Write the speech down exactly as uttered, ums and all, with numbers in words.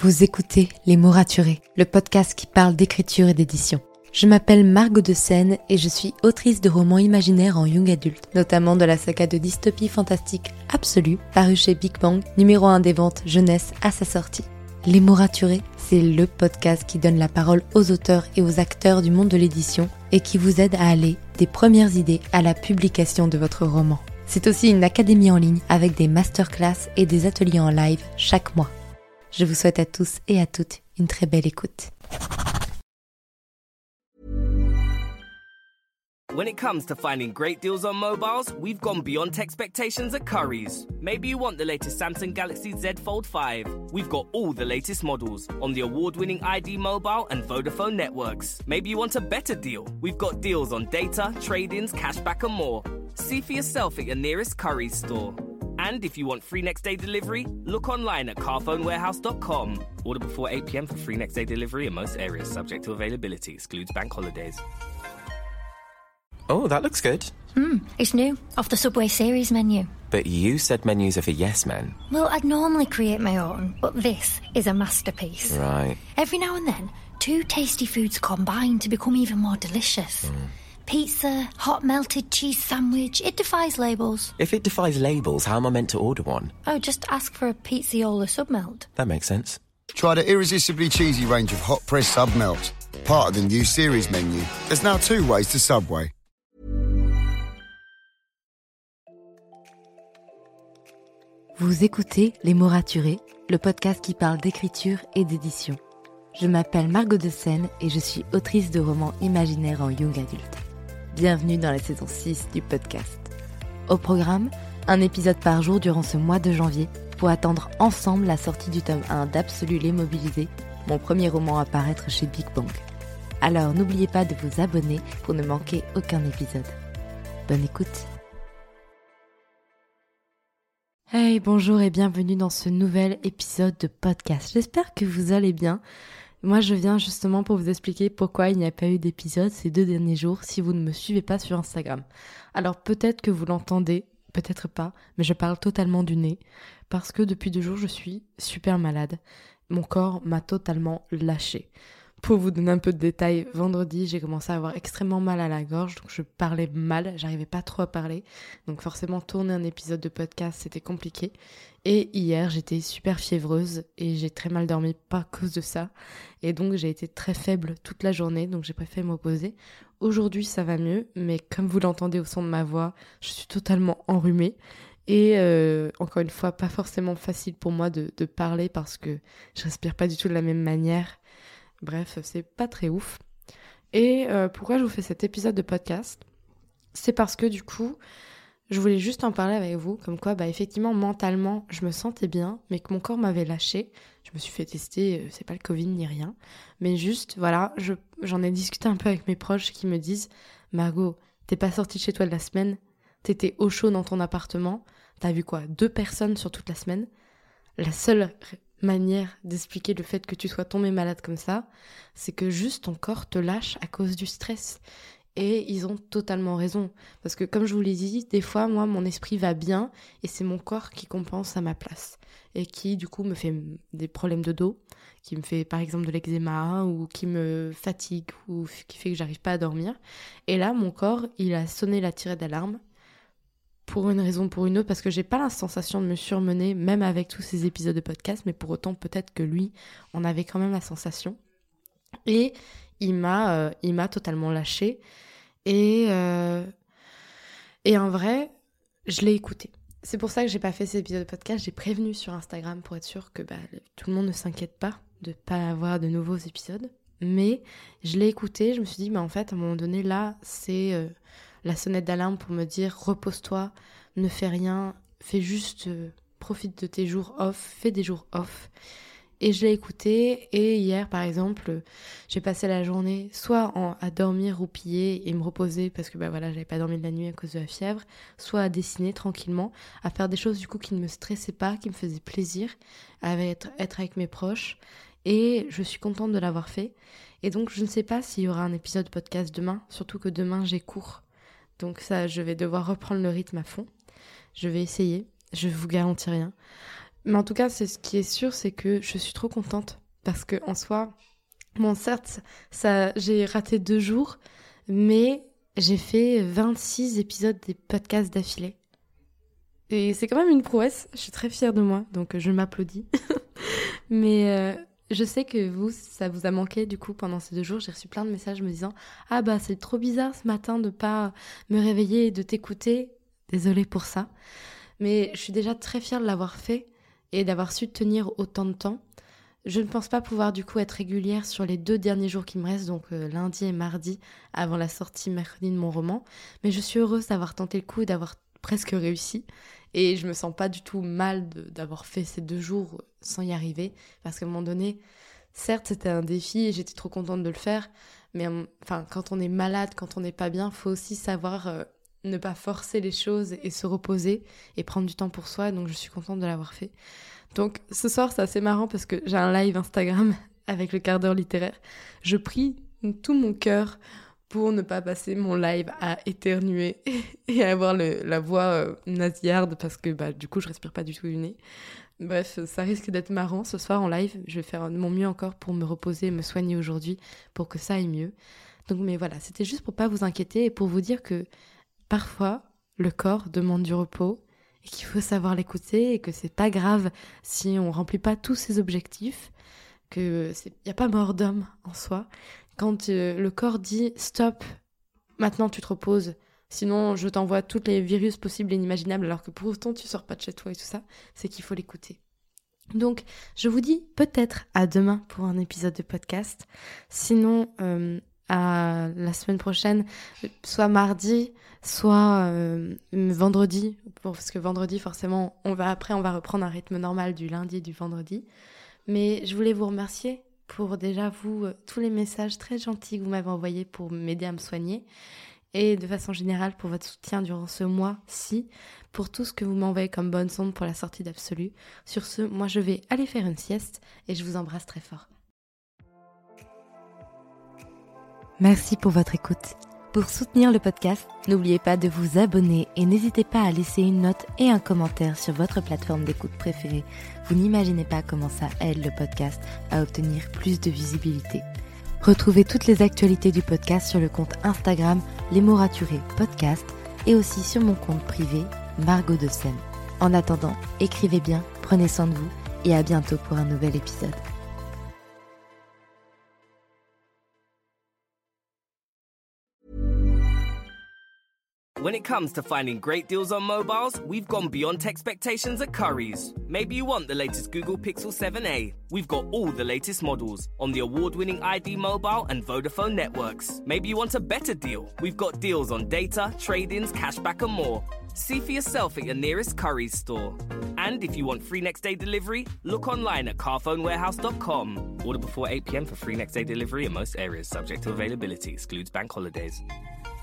Vous écoutez Les Mots Raturés, le podcast qui parle d'écriture et d'édition. Je m'appelle Margot de Seine et je suis autrice de romans imaginaires en young adulte, notamment de la saga de dystopie fantastique Absolue, parue chez Big Bang, numéro un des ventes jeunesse à sa sortie. Les Mots Raturés, c'est le podcast qui donne la parole aux auteurs et aux acteurs du monde de l'édition et qui vous aide à aller des premières idées à la publication de votre roman. C'est aussi une académie en ligne avec des masterclass et des ateliers en live chaque mois. Je vous souhaite à tous et à toutes une très belle écoute. When it comes to finding great deals on mobiles, we've gone beyond expectations at Currys. Maybe you want the latest Samsung Galaxy Z Fold five. We've got all the latest models on the award-winning I D Mobile and Vodafone networks. Maybe you want a better deal. We've got deals on data, trade-ins, cashback and more. See for yourself at your nearest Currys store. And if you want free next day delivery, look online at carphone warehouse dot com. Order before eight p.m. for free next day delivery in most areas, subject to availability, excludes bank holidays. Oh, that looks good. Hmm, it's new, off the Subway series menu. But you said menus are for yes men. Well, I'd normally create my own, but this is a masterpiece. Right. Every now and then, two tasty foods combine to become even more delicious. Mm. Pizza, hot melted cheese sandwich, it defies labels. If it defies labels, how am I meant to order one? Oh, just ask for a Pizzaiola Submelt. That makes sense. Try the irresistibly cheesy range of hot press Submelt, part of the new series menu. There's now two ways to Subway. Vous écoutez Les Mots Raturés, le podcast qui parle d'écriture et d'édition. Je m'appelle Margot de Seine et je suis autrice de romans imaginaires en young adulte. Bienvenue dans la saison six du podcast. Au programme, un épisode par jour durant ce mois de janvier pour attendre ensemble la sortie du tome un d'Absolu les Mobilisés, mon premier roman à paraître chez Big Bang. Alors n'oubliez pas de vous abonner pour ne manquer aucun épisode. Bonne écoute. Hey, bonjour et bienvenue dans ce nouvel épisode de podcast. J'espère que vous allez bien. Moi, je viens justement pour vous expliquer pourquoi il n'y a pas eu d'épisode ces deux derniers jours si vous ne me suivez pas sur Instagram. Alors peut-être que vous l'entendez, peut-être pas, mais je parle totalement du nez parce que depuis deux jours, je suis super malade. Mon corps m'a totalement lâché. Pour vous donner un peu de détails, vendredi, j'ai commencé à avoir extrêmement mal à la gorge, donc je parlais mal, j'arrivais pas trop à parler. Donc forcément, tourner un épisode de podcast, c'était compliqué. Et hier, j'étais super fiévreuse et j'ai très mal dormi, pas à cause de ça. Et donc, j'ai été très faible toute la journée, donc j'ai préféré me reposer. Aujourd'hui, ça va mieux, mais comme vous l'entendez au son de ma voix, je suis totalement enrhumée. Et euh, encore une fois, pas forcément facile pour moi de, de parler parce que je respire pas du tout de la même manière. Bref, c'est pas très ouf. Et euh, pourquoi je vous fais cet épisode de podcast ? C'est parce que du coup, je voulais juste en parler avec vous, comme quoi, bah effectivement, mentalement, je me sentais bien, mais que mon corps m'avait lâché. Je me suis fait tester, euh, c'est pas le Covid ni rien, mais juste, voilà, je, j'en ai discuté un peu avec mes proches qui me disent « Margot, t'es pas sortie de chez toi de la semaine, t'étais au chaud dans ton appartement, t'as vu quoi, deux personnes sur toute la semaine. La seule manière d'expliquer le fait que tu sois tombé malade comme ça, c'est que juste ton corps te lâche à cause du stress. » Et ils ont totalement raison. Parce que comme je vous l'ai dit, des fois, moi, mon esprit va bien et c'est mon corps qui compense à ma place. Et qui, du coup, me fait des problèmes de dos, qui me fait, par exemple, de l'eczéma ou qui me fatigue ou qui fait que j'arrive pas à dormir. Et là, mon corps, il a sonné la tirette d'alarme pour une raison ou pour une autre, parce que j'ai pas la sensation de me surmener, même avec tous ces épisodes de podcast, mais pour autant, peut-être que lui, on avait quand même la sensation. Et il m'a, euh, il m'a totalement lâché. Et, euh, et en vrai, je l'ai écouté. C'est pour ça que j'ai pas fait cet épisode de podcast. J'ai prévenu sur Instagram pour être sûr que bah, tout le monde ne s'inquiète pas de pas avoir de nouveaux épisodes. Mais je l'ai écouté, je me suis dit, bah, en fait, à un moment donné, là, c'est euh, la sonnette d'alarme pour me dire, repose-toi, ne fais rien, fais juste, euh, profite de tes jours off, fais des jours off. Et je l'ai écouté, et hier, par exemple, j'ai passé la journée soit en, à dormir, roupiller et me reposer, parce que bah voilà, j'avais pas dormi de la nuit à cause de la fièvre, soit à dessiner tranquillement, à faire des choses du coup qui ne me stressaient pas, qui me faisaient plaisir, à être, être avec mes proches, et je suis contente de l'avoir fait. Et donc, je ne sais pas s'il y aura un épisode podcast demain, surtout que demain, j'ai cours. Donc ça, je vais devoir reprendre le rythme à fond. Je vais essayer, je vous garantis rien. Mais en tout cas, c'est ce qui est sûr, c'est que je suis trop contente. Parce que en soi, bon, certes, ça, j'ai raté deux jours, mais j'ai fait vingt-six épisodes des podcasts d'affilée. Et c'est quand même une prouesse. Je suis très fière de moi, donc je m'applaudis. Mais euh, je sais que vous, ça vous a manqué du coup pendant ces deux jours. J'ai reçu plein de messages me disant « Ah bah c'est trop bizarre ce matin de pas me réveiller et de t'écouter. » Désolée pour ça. Mais je suis déjà très fière de l'avoir fait et d'avoir su tenir autant de temps. Je ne pense pas pouvoir du coup être régulière sur les deux derniers jours qui me restent, donc euh, lundi et mardi, avant la sortie mercredi de mon roman. Mais je suis heureuse d'avoir tenté le coup et d'avoir presque réussi. Et je me sens pas du tout mal de, d'avoir fait ces deux jours sans y arriver. Parce qu'à un moment donné, certes c'était un défi et j'étais trop contente de le faire. Mais enfin, quand on est malade, quand on n'est pas bien, il faut aussi savoir euh, ne pas forcer les choses et se reposer et prendre du temps pour soi. Donc je suis contente de l'avoir fait. Donc ce soir c'est assez marrant parce que j'ai un live Instagram avec le quart d'heure littéraire. Je prie tout mon cœur pour ne pas passer mon live à éternuer et à avoir le, la voix euh, nasillarde parce que bah, du coup je respire pas du tout du nez. Bref, ça risque d'être marrant ce soir en live. Je vais faire de mon mieux encore pour me reposer et me soigner aujourd'hui pour que ça aille mieux. Donc mais voilà, c'était juste pour pas vous inquiéter et pour vous dire que parfois le corps demande du repos et qu'il faut savoir l'écouter et que c'est pas grave si on remplit pas tous ses objectifs, que c'est y a pas mort d'homme en soi. Quand euh, le corps dit stop, maintenant tu te reposes, sinon je t'envoie tous les virus possibles et inimaginables alors que pour autant tu sors pas de chez toi et tout ça, c'est qu'il faut l'écouter. Donc je vous dis peut-être à demain pour un épisode de podcast, sinon euh, à la semaine prochaine, soit mardi, soit euh, vendredi, parce que vendredi forcément, on va après on va reprendre un rythme normal du lundi et du vendredi. Mais je voulais vous remercier pour déjà vous euh, tous les messages très gentils que vous m'avez envoyés pour m'aider à me soigner et de façon générale pour votre soutien durant ce mois-ci, pour tout ce que vous m'envoyez comme bonne sonde pour la sortie d'Absolu. Sur ce, moi je vais aller faire une sieste et je vous embrasse très fort. Merci pour votre écoute. Pour soutenir le podcast, n'oubliez pas de vous abonner et n'hésitez pas à laisser une note et un commentaire sur votre plateforme d'écoute préférée. Vous n'imaginez pas comment ça aide le podcast à obtenir plus de visibilité. Retrouvez toutes les actualités du podcast sur le compte Instagram Les Mots Raturés Podcast et aussi sur mon compte privé Margot de Seine. En attendant, écrivez bien, prenez soin de vous et à bientôt pour un nouvel épisode. When it comes to finding great deals on mobiles, we've gone beyond expectations at Currys. Maybe you want the latest Google Pixel seven a. We've got all the latest models on the award-winning I D Mobile and Vodafone networks. Maybe you want a better deal. We've got deals on data, trade-ins, cashback and more. See for yourself at your nearest Currys store. And if you want free next day delivery, look online at carphone warehouse dot com. Order before eight p.m. for free next day delivery in most areas, subject to availability, excludes bank holidays.